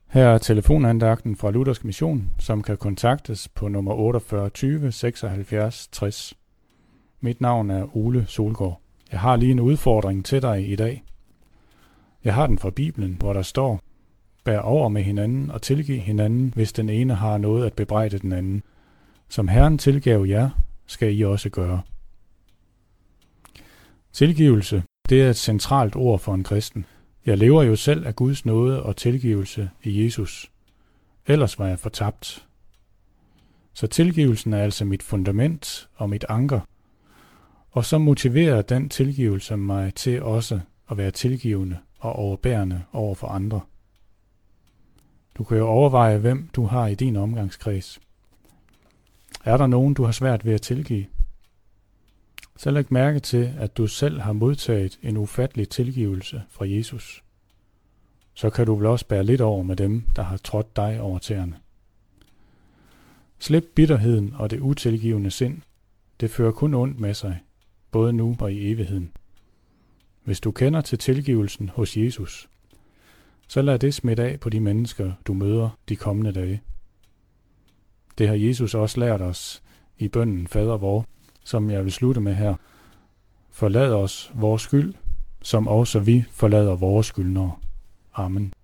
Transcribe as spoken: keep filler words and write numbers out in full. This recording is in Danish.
Her er telefonandagten fra Luthersk Mission, som kan kontaktes på nummer otteogfyrre tyve seksoghalvfjerds tres. Mit navn er Ole Solgaard. Jeg har lige en udfordring til dig i dag. Jeg har den fra Bibelen, hvor der står: bær over med hinanden og tilgiv hinanden, hvis den ene har noget at bebrejde den anden. Som Herren tilgav jer, skal I også gøre. Tilgivelse, det er et centralt ord for en kristen. Jeg lever jo selv af Guds nåde og tilgivelse i Jesus. Ellers var jeg fortabt. Så tilgivelsen er altså mit fundament og mit anker. Og så motiverer den tilgivelse mig til også at være tilgivende og overbærende over for andre. Du kan jo overveje, hvem du har i din omgangskreds. Er der nogen, du har svært ved at tilgive? Så læg mærke til, at du selv har modtaget en ufattelig tilgivelse fra Jesus. Så kan du vel også bære lidt over med dem, der har trådt dig over tæerne. Slip bitterheden og det utilgivende sind. Det fører kun ondt med sig, både nu og i evigheden. Hvis du kender til tilgivelsen hos Jesus, så lad det smitte af på de mennesker, du møder de kommende dage. Det har Jesus også lært os i bønnen Fader vor, som jeg vil slutte med her. Forlad os vores skyld, som også vi forlader vores skyldnere. Amen.